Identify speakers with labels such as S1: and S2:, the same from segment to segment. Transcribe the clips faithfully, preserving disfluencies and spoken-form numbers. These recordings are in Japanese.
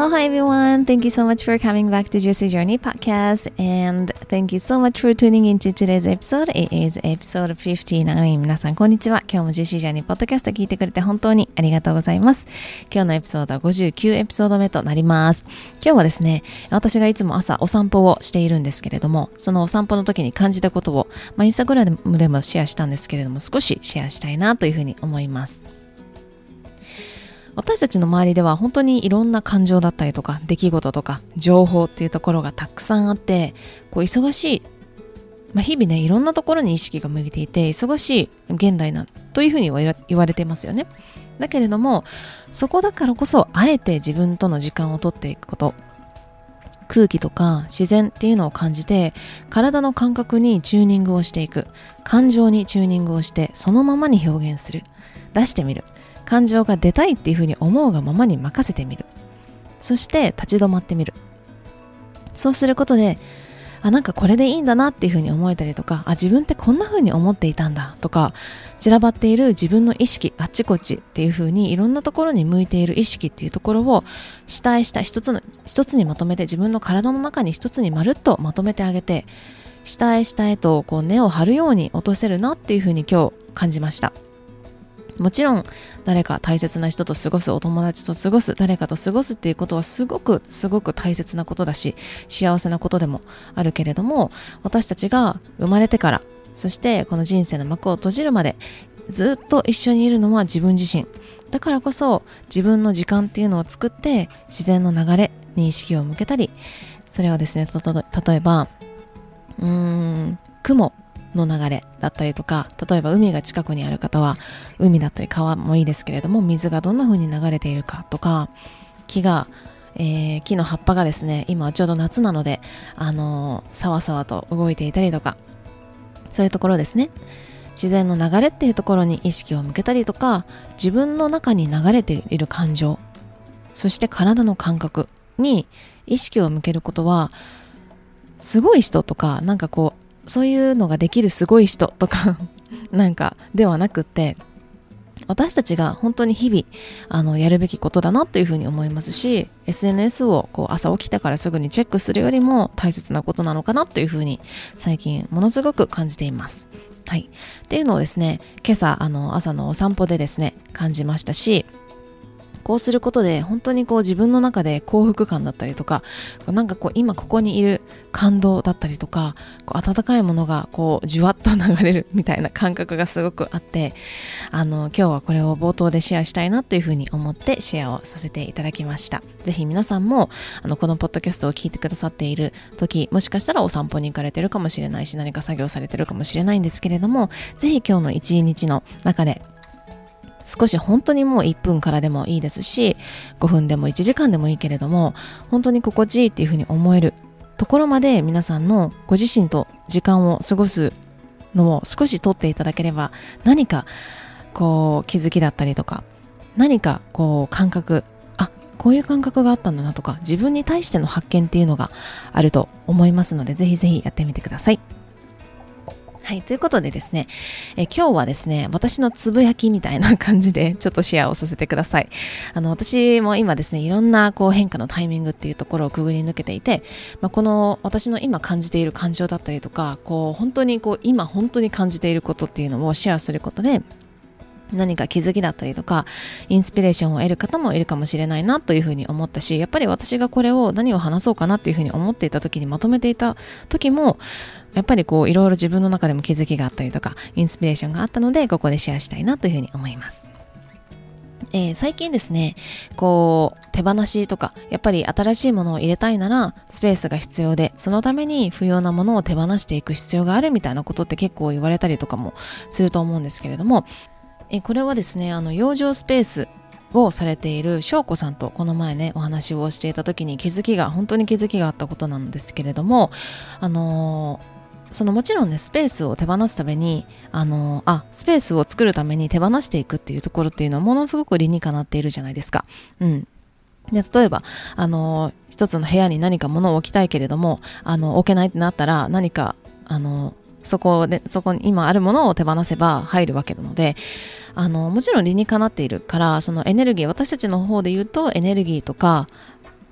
S1: Hello, hi everyone. Thank you so much for coming back to Juicy Journey Podcast, and thank you so much for tuning into today's episode. It is episode fifty-nine. 皆さんこんにちは。今日も Juicy Journey Podcast 聞いてくれて本当にありがとうございます。今日のエピソードはごじゅうきゅうエピソード目となります。今日はですね、私がいつも朝お散歩をしているんですけれども、そのお散歩の時に感じたことを、まあ、インスタグラムでもシェアしたんですけれども、少しシェアしたいなというふうに思います。私たちの周りでは本当にいろんな感情だったりとか出来事とか情報っていうところがたくさんあって、こう忙しい、まあ、日々ねいろんなところに意識が向いていて忙しい現代なというふうには言われていますよね。だけれどもそこだからこそあえて自分との時間をとっていくこと、空気とか自然っていうのを感じて体の感覚にチューニングをしていく、感情にチューニングをしてそのままに表現する、出してみる、感情が出たいっていうふうに思うがままに任せてみる、そして立ち止まってみる。そうすることで、あ、なんかこれでいいんだなっていうふうに思えたりとか、あ、自分ってこんなふうに思っていたんだとか、散らばっている自分の意識あっちこっちっていうふうにいろんなところに向いている意識っていうところを下へ下一つの一つにまとめて、自分の体の中に一つにまるっとまとめてあげて、下へ下へとこう根を張るように落とせるなっていうふうに今日感じました。もちろん誰か大切な人と過ごす、お友達と過ごす、誰かと過ごすっていうことはすごくすごく大切なことだし、幸せなことでもあるけれども、私たちが生まれてから、そしてこの人生の幕を閉じるまでずっと一緒にいるのは自分自身だからこそ、自分の時間っていうのを作って自然の流れに意識を向けたり、それはですね、たと例えばうーん雲の流れだったりとか、例えば海が近くにある方は海だったり川もいいですけれども、水がどんな風に流れているかとか、木が、えー、木の葉っぱがですね、今ちょうど夏なのであのー、さわさわと動いていたりとか、そういうところですね、自然の流れっていうところに意識を向けたりとか、自分の中に流れている感情、そして体の感覚に意識を向けることは、すごい人とかなんかこうそういうのができるすごい人とかなんかではなくって、私たちが本当に日々あのやるべきことだなというふうに思いますし、 エスエヌエス をこう朝起きてからすぐにチェックするよりも大切なことなのかなというふうに最近ものすごく感じています。はい、っていうのをですね、今朝あの朝のお散歩でですね感じましたし、こうすることで本当にこう自分の中で幸福感だったりとか、なんかこう今ここにいる感動だったりとか、こう温かいものがこうじゅわっと流れるみたいな感覚がすごくあって、あの今日はこれを冒頭でシェアしたいなというふうに思ってシェアをさせていただきました。ぜひ皆さんもあのこのポッドキャストを聞いてくださっている時、もしかしたらお散歩に行かれてるかもしれないし、何か作業されてるかもしれないんですけれども、ぜひ今日の一日の中で少し本当にもういっぷんからでもいいですし、ごふんでもいちじかんでもいいけれども、本当に心地いいっていうふうに思えるところまで皆さんのご自身と時間を過ごすのを少し取っていただければ、何かこう気づきだったりとか、何かこう感覚、あ、こういう感覚があったんだなとか、自分に対しての発見っていうのがあると思いますので、ぜひぜひやってみてください。はい、ということでですね、え今日はですね、私のつぶやきみたいな感じでちょっとシェアをさせてください。あの私も今ですね、いろんなこう変化のタイミングっていうところをくぐり抜けていて、まあ、この私の今感じている感情だったりとか、こう本当にこう今本当に感じていることっていうのをシェアすることで、何か気づきだったりとかインスピレーションを得る方もいるかもしれないなというふうに思ったし、やっぱり私がこれを何を話そうかなっていうふうに思っていた時にまとめていた時も、やっぱりこういろいろ自分の中でも気づきがあったりとかインスピレーションがあったので、ここでシェアしたいなというふうに思います。えー、最近ですね、こう手放しとか、やっぱり新しいものを入れたいならスペースが必要で、そのために不要なものを手放していく必要があるみたいなことって結構言われたりとかもすると思うんですけれども、えこれはですね、あの養生スペースをされている翔子さんとこの前ねお話をしていた時に気づきが本当に気づきがあったことなんですけれども、あのー、そのもちろんねスペースを手放すためにあのー、あスペースを作るために手放していくっていうところっていうのはものすごく理にかなっているじゃないですか。うんで例えばあのー、一つの部屋に何か物を置きたいけれどもあの置けないってなったら、何かあのーそこでそこに今あるものを手放せば入るわけなので、あのもちろん理にかなっているから、そのエネルギー、私たちの方で言うとエネルギーとか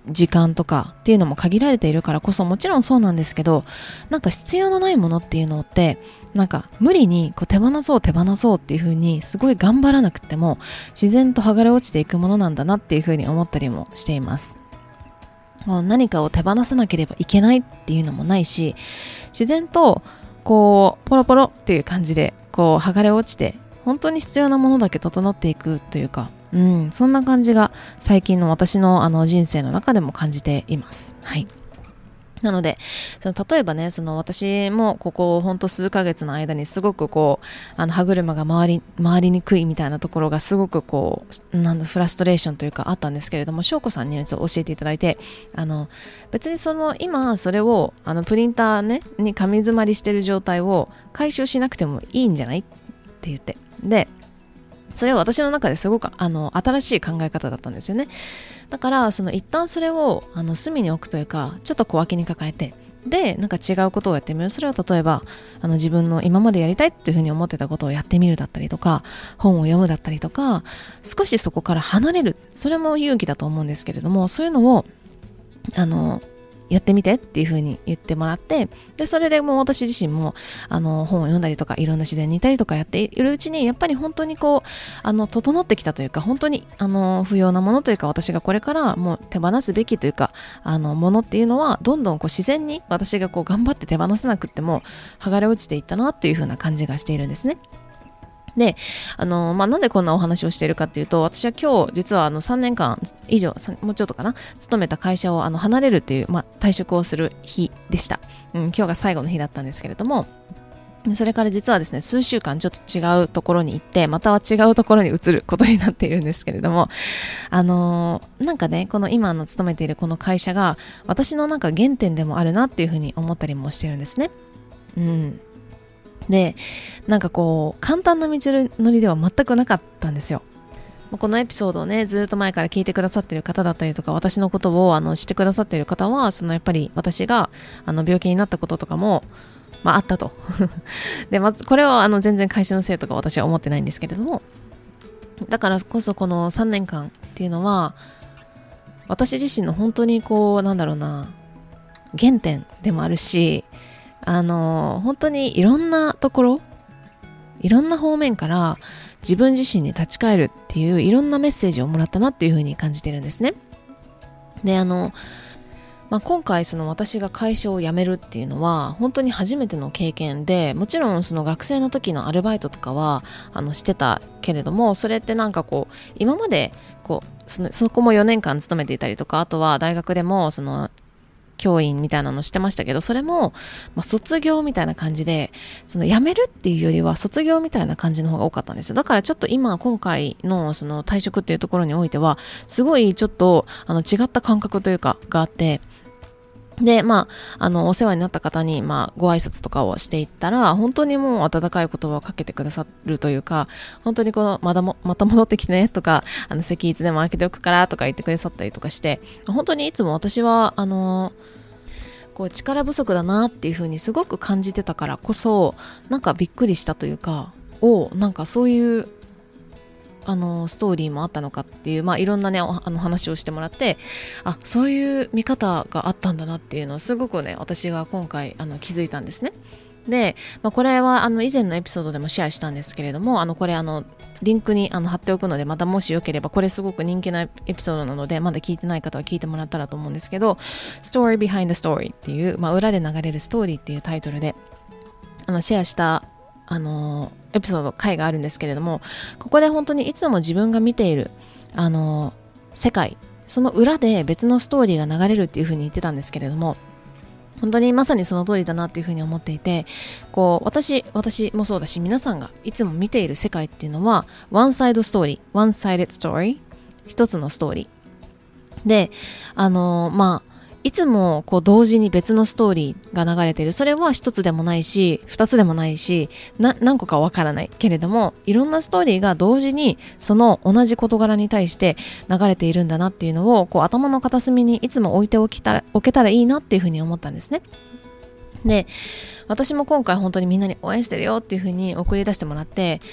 S1: 時間とかっていうのも限られているからこそ、もちろんそうなんですけど、なんか必要のないものっていうのってなんか無理にこう手放そう手放そうっていう風にすごい頑張らなくても自然と剥がれ落ちていくものなんだなっていう風に思ったりもしています。もう何かを手放さなければいけないっていうのもないし、自然とこうポロポロっていう感じでこう剥がれ落ちて本当に必要なものだけ整っていくというか、うん、そんな感じが最近の私のあの人生の中でも感じています。はい。なので、その例えばね、その私もここほんと数ヶ月の間にすごくこうあの歯車が回り回りにくいみたいなところがすごくこうなんフラストレーションというかあったんですけれども、翔子さんに教えていただいて、あの別にその今それをあのプリンターねに紙詰まりしてる状態を解消しなくてもいいんじゃないって言って、でそれは私の中ですごくあの新しい考え方だったんですよね。だからその一旦それをあの隅に置くというか、ちょっと小脇に抱えて、でなんか違うことをやってみる。それは例えばあの自分の今までやりたいっていうふうに思ってたことをやってみるだったりとか、本を読むだったりとか、少しそこから離れる、それも勇気だと思うんですけれども、そういうのをあのやってみてっていう風に言ってもらって、でそれでもう私自身もあの本を読んだりとかいろんな自然にいたりとかやっているうちに、やっぱり本当にこうあの整ってきたというか、本当にあの不要なものというか、私がこれからもう手放すべきというかあのものっていうのはどんどんこう自然に私がこう頑張って手放せなくっても剥がれ落ちていったなっていう風な感じがしているんですね。で、あのまあ、なんでこんなお話をしているかっていうと、私は今日実はあのさんねんかん以上もうちょっとかな勤めた会社をあの離れるっていう、まあ、退職をする日でした、うん、今日が最後の日だったんですけれども、それから実はですね数週間ちょっと違うところに行って、または違うところに移ることになっているんですけれども、あのー、なんかねこの今の勤めているこの会社が私のなんか原点でもあるなっていうふうに思ったりもしてるんですね。うんで、なんかこう簡単な道のりでは全くなかったんですよ。このエピソードをねずっと前から聞いてくださっている方だったりとか、私のことをあの知ってくださっている方は、そのやっぱり私があの病気になったこととかも、まあ、あったとで、まずこれはあの全然会社のせいとか私は思ってないんですけれども、だからこそこのさんねんかんっていうのは私自身の本当にこうなんだろうな原点でもあるし、あの本当にいろんなところいろんな方面から自分自身に立ち返るっていういろんなメッセージをもらったなっていうふうに感じてるんですね。であの、まあ、今回その私が会社を辞めるっていうのは本当に初めての経験で、もちろんその学生の時のアルバイトとかはあのしてたけれども、それってなんかこう今までこう その、そこもよねんかん勤めていたりとか、あとは大学でもその教員みたいなのしてましたけど、それも、まあ、卒業みたいな感じで、その辞めるっていうよりは卒業みたいな感じの方が多かったんですよ。だからちょっと今今回のその退職っていうところにおいてはすごいちょっとあの違った感覚というかがあって、でまあ、あのお世話になった方に、まあ、ご挨拶とかをしていったら、本当にもう温かい言葉をかけてくださるというか、本当にこのまだもまた戻ってきてねとか、あの席いつでも空けておくからとか言ってくださったりとかして、本当にいつも私はあのこう力不足だなっていう風にすごく感じてたからこそ、なんかびっくりしたというか、おなんかそういうあのストーリーもあったのかっていう、まあ、いろんなねあの話をしてもらって、あそういう見方があったんだなっていうのをすごくね私が今回あの気づいたんですね。で、まあ、これはあの以前のエピソードでもシェアしたんですけれども、あのこれあのリンクにあの貼っておくので、またもしよければ、これすごく人気なエピソードなのでまだ聞いてない方は聞いてもらったらと思うんですけど、 Story Behind the Story っていう、まあ、裏で流れるストーリーっていうタイトルであのシェアしたあのエピソード回があるんですけれども、ここで本当にいつも自分が見ているあの世界、その裏で別のストーリーが流れるっていう風に言ってたんですけれども、本当にまさにその通りだなっていう風に思っていて、こう私私もそうだし、皆さんがいつも見ている世界っていうのはワンサイドストーリー、ワンサイドストーリー、一つのストーリーで、あのまあいつもこう同時に別のストーリーが流れている。それは一つでもないし二つでもないしな何個かわからないけれども、いろんなストーリーが同時にその同じ事柄に対して流れているんだなっていうのをこう頭の片隅にいつも置いておきたら置けたらいいなっていうふうに思ったんですね。で、私も今回本当にみんなに応援してるよっていうふうに送り出してもらって、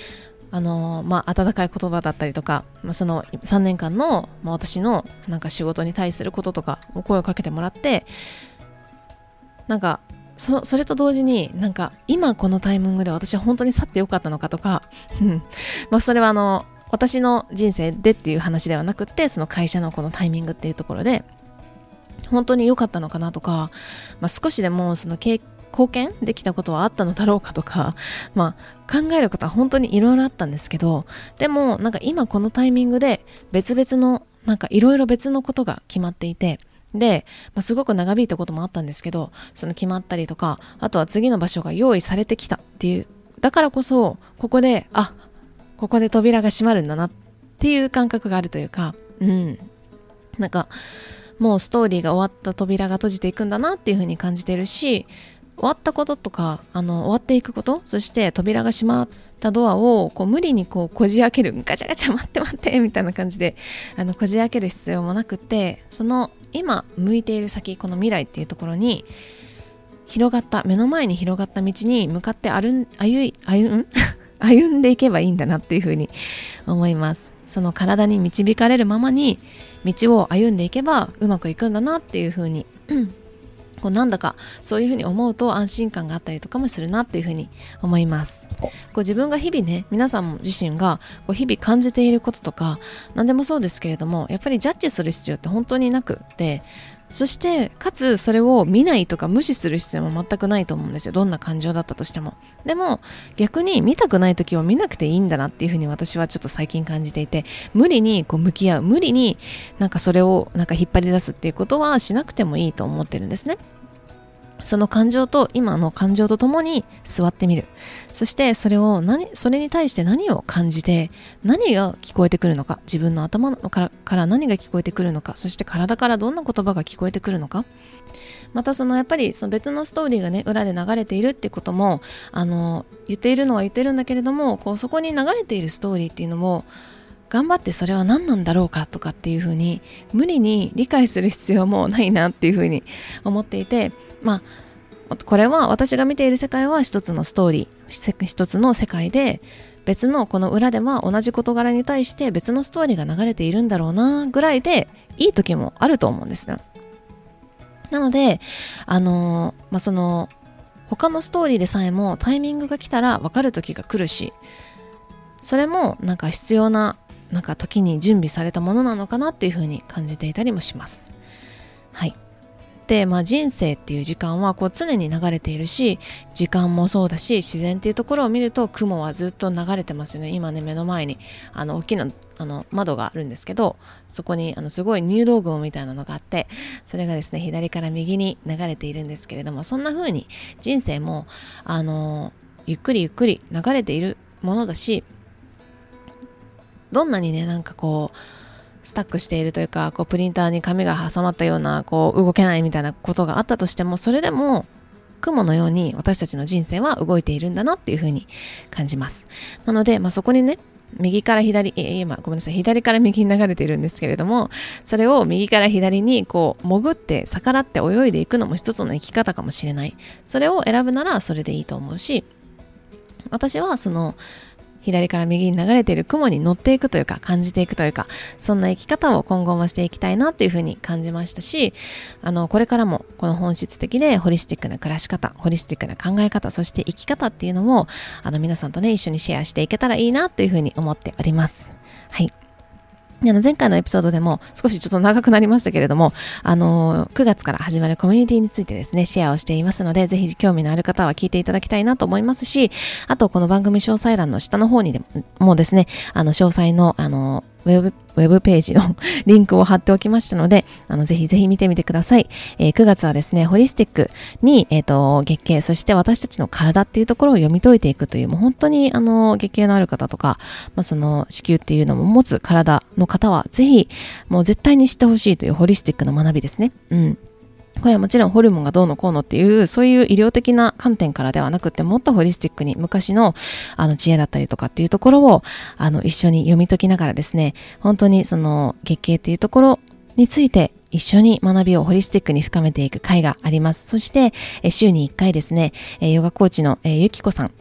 S1: あのまあ、温かい言葉だったりとか、まあ、そのさんねんかんの、まあ、私のなんか仕事に対することとか声をかけてもらって、なんか そ, それと同時になんか今このタイミングで私は本当に去ってよかったのかとかまあそれはあの私の人生でっていう話ではなくって、その会社のこのタイミングっていうところで本当に良かったのかなとか、まあ、少しでもその経貢献できたことはあったのだろうかとか、まあ、考えることは本当にいろいろあったんですけど、でもなんか今このタイミングで別々のなんかいろいろ別のことが決まっていて、で、まあ、すごく長引いたこともあったんですけど、その決まったりとか、あとは次の場所が用意されてきたっていう、だからこそここであここで扉が閉まるんだなっていう感覚があるというか、うんなんかもうストーリーが終わった扉が閉じていくんだなっていう風に感じているし、終わったこととかあの終わっていくこと、そして扉が閉まったドアをこう無理にこうこじ開ける、ガチャガチャ待って待ってみたいな感じであのこじ開ける必要もなくって、その今向いている先、この未来っていうところに広がった目の前に広がった道に向かって歩ん歩い歩ん歩んでいけばいいんだなっていうふうに思います。その体に導かれるままに道を歩んでいけばうまくいくんだなっていうふうに、うんこうなんだかそういうふうに思うと安心感があったりとかもするなっていうふうに思います。こう自分が日々ね、皆さん自身がこう日々感じていることとか何でもそうですけれども、やっぱりジャッジする必要って本当になくって、そしてかつそれを見ないとか無視する必要も全くないと思うんですよ。どんな感情だったとしても。でも逆に見たくない時は見なくていいんだなっていうふうに私はちょっと最近感じていて、無理にこう向き合う、無理になんかそれをなんか引っ張り出すっていうことはしなくてもいいと思ってるんですね。その感情と今の感情とともに座ってみる。そしてそれを何それに対して何を感じて、何が聞こえてくるのか、自分の頭からから何が聞こえてくるのか、そして体からどんな言葉が聞こえてくるのか、またそのやっぱりその別のストーリーがね裏で流れているってこともあの言っているのは言ってるんだけれども、こうそこに流れているストーリーっていうのも頑張ってそれは何なんだろうかとかっていうふうに無理に理解する必要もないなっていうふうに思っていて、まあこれは私が見ている世界は一つのストーリー、一つの世界で、別のこの裏では同じ事柄に対して別のストーリーが流れているんだろうなぐらいでいい時もあると思うんですね。なのであのー、まあその他のストーリーでさえもタイミングが来たら分かる時が来るし、それもなんか必要ななんか時に準備されたものなのかなっていうふうに感じていたりもします。はい。で、まあ、人生っていう時間はこう常に流れているし、時間もそうだし、自然っていうところを見ると雲はずっと流れてますよね。今ね、目の前にあの大きなあの窓があるんですけど、そこにあのすごい入道雲みたいなのがあって、それがですね左から右に流れているんですけれども、そんな風に人生もあのゆっくりゆっくり流れているものだし、どんなにねなんかこうスタックしているというか、こうプリンターに紙が挟まったようなこう動けないみたいなことがあったとしても、それでも雲のように私たちの人生は動いているんだなっていうふうに感じます。なので、まあ、そこにね右から左、え今ごめんなさい左から右に流れているんですけれども、それを右から左にこう潜って逆らって泳いでいくのも一つの生き方かもしれない。それを選ぶならそれでいいと思うし、私はその左から右に流れている雲に乗っていくというか感じていくというか、そんな生き方を今後もしていきたいなというふうに感じましたし、あのこれからもこの本質的でホリスティックな暮らし方、ホリスティックな考え方、そして生き方っていうのもあの皆さんとね一緒にシェアしていけたらいいなというふうに思っております。はい。あの前回のエピソードでも少しちょっと長くなりましたけれども、あのくがつから始まるコミュニティについてですねシェアをしていますので、ぜひ興味のある方は聞いていただきたいなと思いますし、あとこの番組詳細欄の下の方にでも、もうですねあの詳細のあのウェブウェブページのリンクを貼っておきましたので、あのぜひぜひ見てみてください。えー、くがつはですねホリスティックに、えー、と月経、そして私たちの体っていうところを読み解いていくという、もう本当にあの月経のある方とか、まあ、その子宮っていうのも持つ体の方はぜひもう絶対に知ってほしいというホリスティックな学びですね。うん。これはもちろんホルモンがどうのこうのっていうそういう医療的な観点からではなくて、もっとホリスティックに昔のあの知恵だったりとかっていうところをあの一緒に読み解きながらですね、本当にその月経っていうところについて一緒に学びをホリスティックに深めていく会があります。そしてえ週にいっかいですね、ヨガコーチのえゆきこさん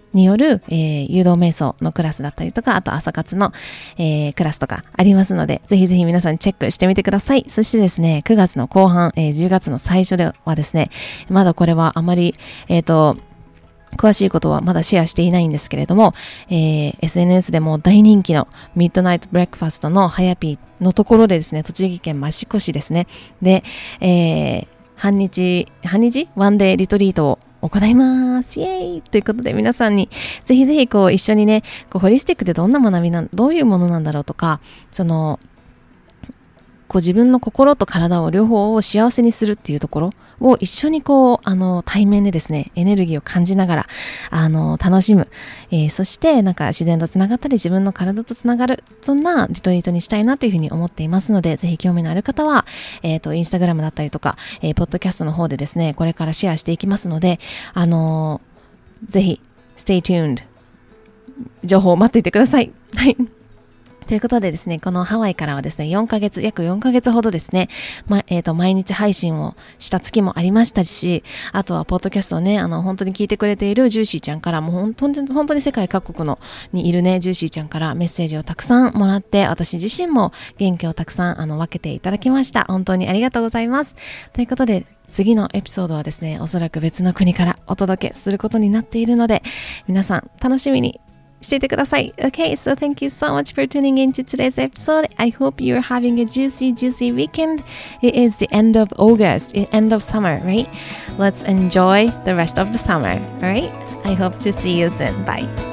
S1: による、えー、誘導瞑想のクラスだったりとか、あと朝活の、えー、クラスとかありますので、ぜひぜひ皆さんチェックしてみてください。そしてですね、くがつの後半、えー、じゅうがつの最初ではですね、まだこれはあまり、えっと、詳しいことはまだシェアしていないんですけれども、えー、エスエヌエス でも大人気のミッドナイトブレックファストのハヤピーのところでですね、栃木県益子市ですね。で、えー、半日、半日ワンデーリトリートを行います。イエーイということで皆さんにぜひぜひこう一緒にね、こうホリスティックってどんな学びな、どういうものなんだろうとか、その、こう自分の心と体を両方を幸せにするっていうところを一緒にこう、あの、対面でですね、エネルギーを感じながら、あの、楽しむ。えー、そしてなんか自然とつながったり自分の体とつながる、そんなリトリートにしたいなというふうに思っていますので、ぜひ興味のある方は、えっと、インスタグラムだったりとか、えー、ポッドキャストの方でですね、これからシェアしていきますので、あのー、ぜひ、stay tuned。情報を待っていてください。はい。ということでですね、このハワイからはですね、よんかげつ、約よんかげつほどですね、ま、えっと、毎日配信をした月もありましたし、あとは、ポッドキャストをね、あの、本当に聞いてくれているジューシーちゃんから、もう本当に、本当に世界各国の、にいるね、ジューシーちゃんからメッセージをたくさんもらって、私自身も元気をたくさん、あの、分けていただきました。本当にありがとうございます。ということで、次のエピソードはですね、おそらく別の国からお届けすることになっているので、皆さん、楽しみにしていてください。Okay, so thank you so much for tuning in to today's episode. I hope you're having a juicy, juicy weekend. It is the end of August, the end of summer, right? Let's enjoy the rest of the summer, alright? I hope to see you soon. Bye.